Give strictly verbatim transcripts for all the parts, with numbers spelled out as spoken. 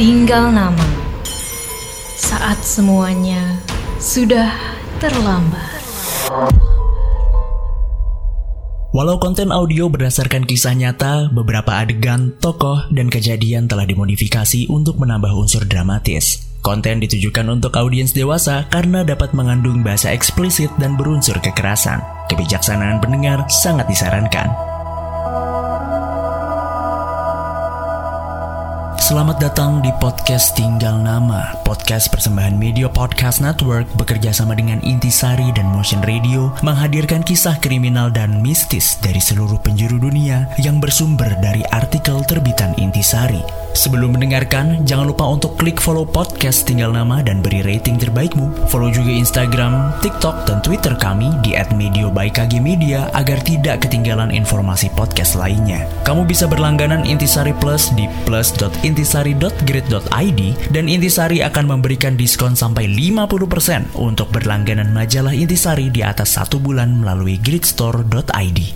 Tinggal nama. Saat semuanya sudah terlambat. Walau konten audio berdasarkan kisah nyata, beberapa adegan, tokoh, dan kejadian telah dimodifikasi untuk menambah unsur dramatis. Konten ditujukan untuk audiens dewasa karena dapat mengandung bahasa eksplisit dan berunsur kekerasan. Kebijaksanaan pendengar sangat disarankan. Selamat datang di podcast Tinggal Nama, podcast persembahan Media Podcast Network bekerja sama dengan Intisari dan Motion Radio menghadirkan kisah kriminal dan mistis dari seluruh penjuru dunia yang bersumber dari artikel terbitan Intisari. Sebelum mendengarkan, jangan lupa untuk klik follow podcast Tinggal Nama dan beri rating terbaikmu. Follow juga Instagram, TikTok, dan Twitter kami di at medio by k g media agar tidak ketinggalan informasi podcast lainnya. Kamu bisa berlangganan Intisari Plus di plus dot intisari dot grid dot i d dan Intisari akan memberikan diskon sampai lima puluh persen untuk berlangganan majalah Intisari di atas satu bulan melalui gridstore dot i d.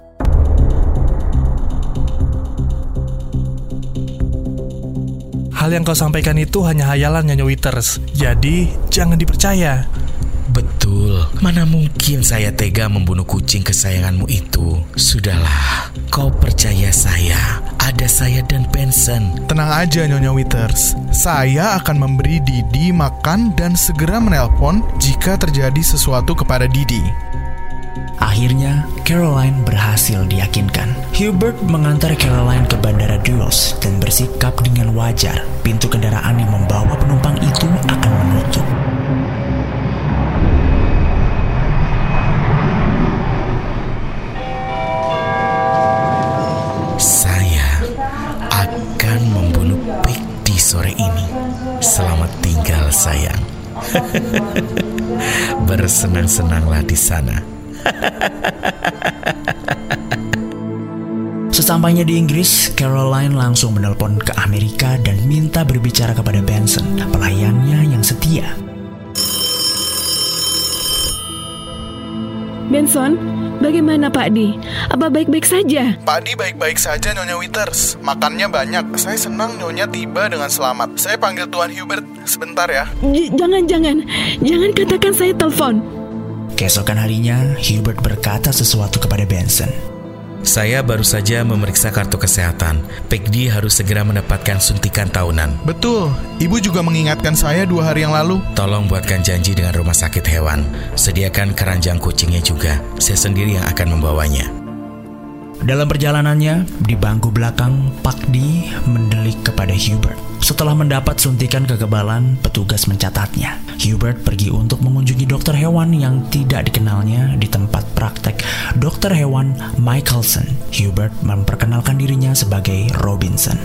Hal yang kau sampaikan itu hanya hayalan, Nyonya Withers. Jadi, jangan dipercaya. Betul, mana mungkin saya tega membunuh kucing kesayanganmu itu. Sudahlah, kau percaya saya. Ada saya dan Benson. Tenang aja, Nyonya Withers. Saya akan memberi Didi makan dan segera menelpon jika terjadi sesuatu kepada Didi. Akhirnya, Caroline berhasil diyakinkan. Hubert mengantar Caroline ke Bandara Dulles dan bersikap dengan wajar. Pintu kendaraan yang membawa penumpang itu akan menutup. Saya akan membunuh Peggy sore ini. Selamat tinggal, sayang. Bersenang-senanglah di sana. Sesampainya di Inggris, Caroline langsung menelpon ke Amerika dan minta berbicara kepada Benson, pelayannya yang setia. Benson, bagaimana Pak Di? Apa baik-baik saja? Pak Di baik-baik saja, Nyonya Withers. Makannya banyak. Saya senang Nyonya tiba dengan selamat. Saya panggil Tuan Hubert sebentar ya. J- jangan, jangan. Jangan katakan saya telepon. Keesokan harinya, Hubert berkata sesuatu kepada Benson. Saya baru saja memeriksa kartu kesehatan. Peggy harus segera mendapatkan suntikan tahunan. Betul, Ibu juga mengingatkan saya dua hari yang lalu. Tolong buatkan janji dengan rumah sakit hewan. Sediakan keranjang kucingnya juga. Saya sendiri yang akan membawanya. Dalam perjalanannya, di bangku belakang, Pak Di mendelik kepada Hubert. Setelah mendapat suntikan kekebalan, petugas mencatatnya. Hubert pergi untuk mengunjungi dokter hewan yang tidak dikenalnya di tempat praktek dokter hewan Michelson. Hubert memperkenalkan dirinya sebagai Robinson.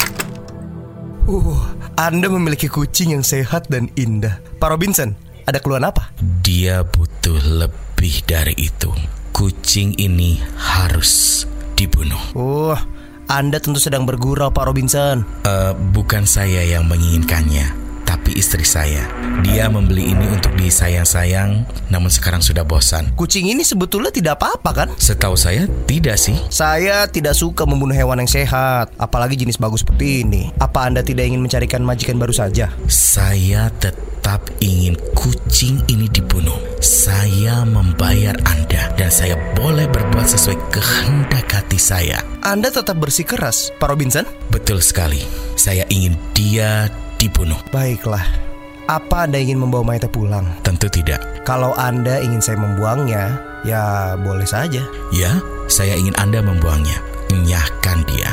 Uh, Anda memiliki kucing yang sehat dan indah. Pak Robinson, ada keluhan apa? Dia butuh lebih dari itu. Kucing ini harus dibunuh. Oh, Anda tentu sedang bergurau, Pak Robinson. Uh, bukan saya yang menginginkannya, tapi istri saya. Dia membeli ini untuk disayang-sayang, namun sekarang sudah bosan. Kucing ini sebetulnya tidak apa-apa kan? Setahu saya tidak sih. Saya tidak suka membunuh hewan yang sehat, apalagi jenis bagus seperti ini. Apa Anda tidak ingin mencarikan majikan baru saja? Saya tetap ingin kucing ini dibunuh. Saya membayar Anda dan saya boleh berbuat sesuai kehendak hati saya. Anda tetap bersikeras, Pak Robinson? Betul sekali. Saya ingin dia dibunuh. Baiklah. Apa Anda ingin membawa mayatnya pulang? Tentu tidak. Kalau Anda ingin saya membuangnya, ya boleh saja. Ya, saya ingin Anda membuangnya. Nyahkan dia.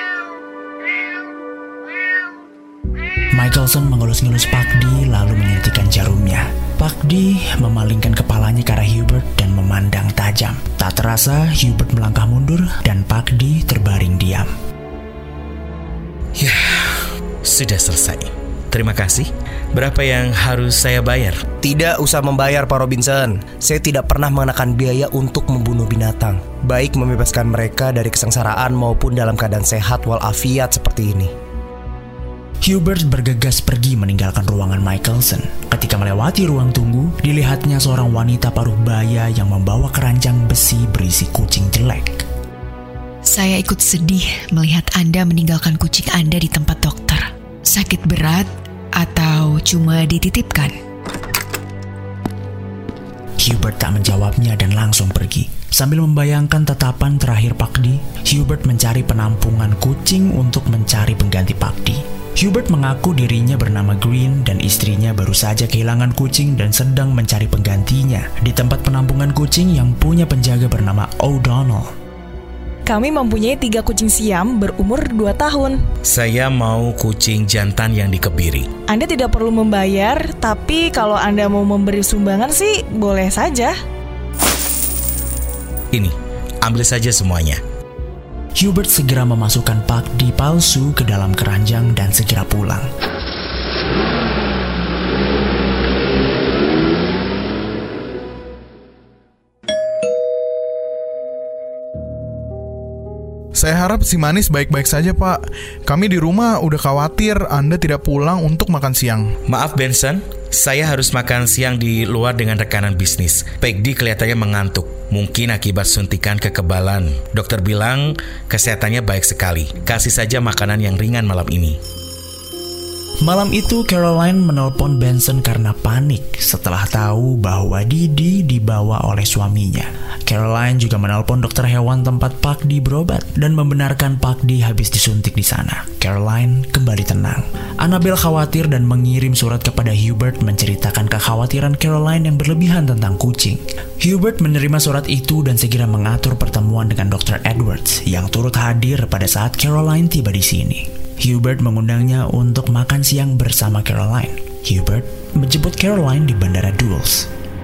Michelson mengelus-ngelus Pak Di lalu menyuntikkan jarumnya. Pak Di memalingkan kepalanya ke arah Hubert dan memandang tajam. Tak terasa Hubert melangkah mundur dan Pak Di terbaring diam. Ya, sudah selesai. Terima kasih. Berapa yang harus saya bayar? Tidak usah membayar, Pak Robinson. Saya tidak pernah mengenakan biaya untuk membunuh binatang, baik membebaskan mereka dari kesengsaraan maupun dalam keadaan sehat walafiat seperti ini. Hubert bergegas pergi meninggalkan ruangan Michelson. Ketika melewati ruang tunggu, dilihatnya seorang wanita paruh baya yang membawa keranjang besi berisi kucing jelek. Saya ikut sedih melihat Anda meninggalkan kucing Anda di tempat dokter. Sakit berat atau cuma dititipkan? Hubert tak menjawabnya dan langsung pergi. Sambil membayangkan tatapan terakhir Pakdi, Hubert mencari penampungan kucing untuk mencari pengganti Pakdi. Hubert mengaku dirinya bernama Green dan istrinya baru saja kehilangan kucing dan sedang mencari penggantinya di tempat penampungan kucing yang punya penjaga bernama O'Donnell. Kami mempunyai tiga kucing siam berumur dua tahun. Saya mau kucing jantan yang dikebiri. Anda tidak perlu membayar, tapi kalau Anda mau memberi sumbangan sih boleh saja. Ini, ambil saja semuanya. Hubert segera memasukkan Pakdi palsu ke dalam keranjang dan segera pulang. Saya harap si Manis baik-baik saja, Pak. Kami di rumah udah khawatir Anda tidak pulang untuk makan siang. Maaf Benson, saya harus makan siang di luar dengan rekanan bisnis. Pakdi kelihatannya mengantuk, mungkin akibat suntikan kekebalan. Dokter bilang kesehatannya baik sekali. Kasih saja makanan yang ringan malam ini. Malam itu Caroline menelpon Benson karena panik setelah tahu bahwa Didi dibawa oleh suaminya. Caroline juga menelpon dokter hewan tempat Pakdi berobat dan membenarkan Pakdi habis disuntik di sana. Caroline kembali tenang. Annabelle khawatir dan mengirim surat kepada Hubert menceritakan kekhawatiran Caroline yang berlebihan tentang kucing. Hubert menerima surat itu dan segera mengatur pertemuan dengan dokter Edwards yang turut hadir pada saat Caroline tiba di sini. Hubert mengundangnya untuk makan siang bersama Caroline. Hubert menjemput Caroline di Bandara Dulles.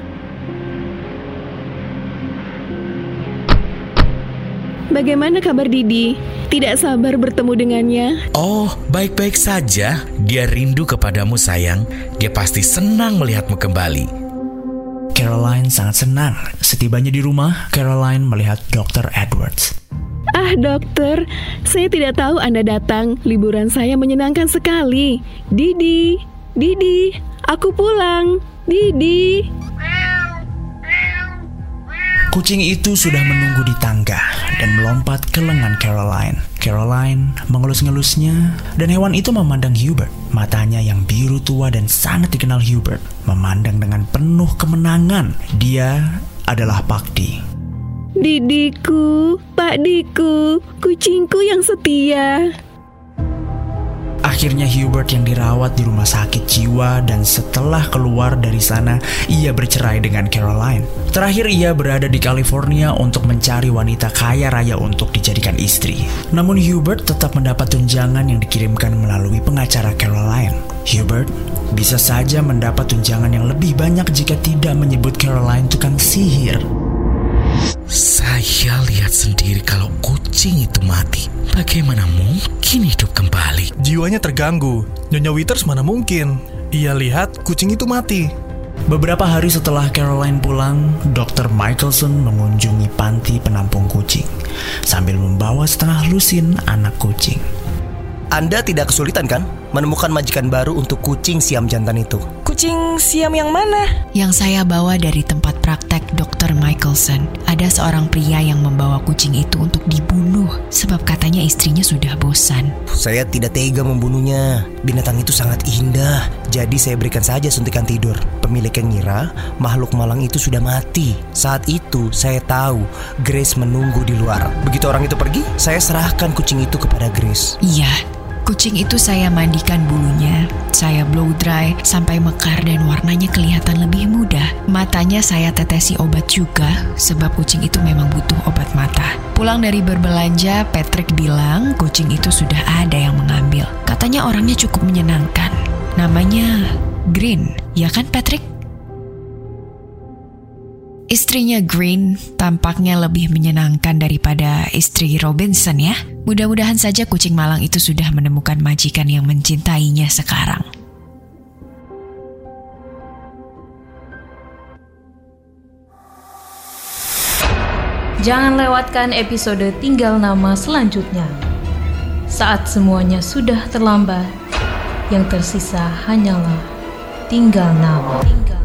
Bagaimana kabar Didi? Tidak sabar bertemu dengannya. Oh, baik-baik saja. Dia rindu kepadamu sayang. Dia pasti senang melihatmu kembali. Caroline sangat senang. Setibanya di rumah, Caroline melihat dokter Edwards. Ah dokter, saya tidak tahu Anda datang. Liburan saya menyenangkan sekali. Didi, Didi, aku pulang. Didi. Kucing itu sudah menunggu di tangga dan melompat ke lengan Caroline. Caroline mengelus-ngelusnya dan hewan itu memandang Hubert. Matanya yang biru tua dan sangat dikenal Hubert memandang dengan penuh kemenangan. Dia adalah Pakdi. Didiku, Pakdiku, kucingku yang setia. Akhirnya Hubert yang dirawat di rumah sakit jiwa dan setelah keluar dari sana, ia bercerai dengan Caroline. Terakhir ia berada di California untuk mencari wanita kaya raya untuk dijadikan istri. Namun Hubert tetap mendapat tunjangan yang dikirimkan melalui pengacara Caroline. Hubert bisa saja mendapat tunjangan yang lebih banyak jika tidak menyebut Caroline tukang sihir. Saya lihat sendiri kalau kucing itu mati. Bagaimana mungkin hidup kembali? Jiwanya terganggu. Nyonya Withers mana mungkin. Ia lihat kucing itu mati. Beberapa hari setelah Caroline pulang, dokter Michelson mengunjungi panti penampung kucing sambil membawa setengah lusin anak kucing. Anda tidak kesulitan kan menemukan majikan baru untuk kucing siam jantan itu? Kucing siam yang mana? Yang saya bawa dari tempat praktek dokter Michelson. Ada seorang pria yang membawa kucing itu untuk dibunuh sebab katanya istrinya sudah bosan. Saya tidak tega membunuhnya. Binatang itu sangat indah. Jadi saya berikan saja suntikan tidur. Pemiliknya ngira makhluk malang itu sudah mati. Saat itu saya tahu Grace menunggu di luar. Begitu orang itu pergi, saya serahkan kucing itu kepada Grace. Iya. Kucing itu saya mandikan bulunya, saya blow dry sampai mekar dan warnanya kelihatan lebih muda. Matanya saya tetesi obat juga, sebab kucing itu memang butuh obat mata. Pulang dari berbelanja, Patrick bilang kucing itu sudah ada yang mengambil. Katanya orangnya cukup menyenangkan. Namanya Green, ya kan Patrick? Istrinya Green tampaknya lebih menyenangkan daripada istri Robinson ya. Mudah-mudahan saja kucing malang itu sudah menemukan majikan yang mencintainya sekarang. Jangan lewatkan episode Tinggal Nama selanjutnya. Saat semuanya sudah terlambat, yang tersisa hanyalah tinggal nama. Tinggal.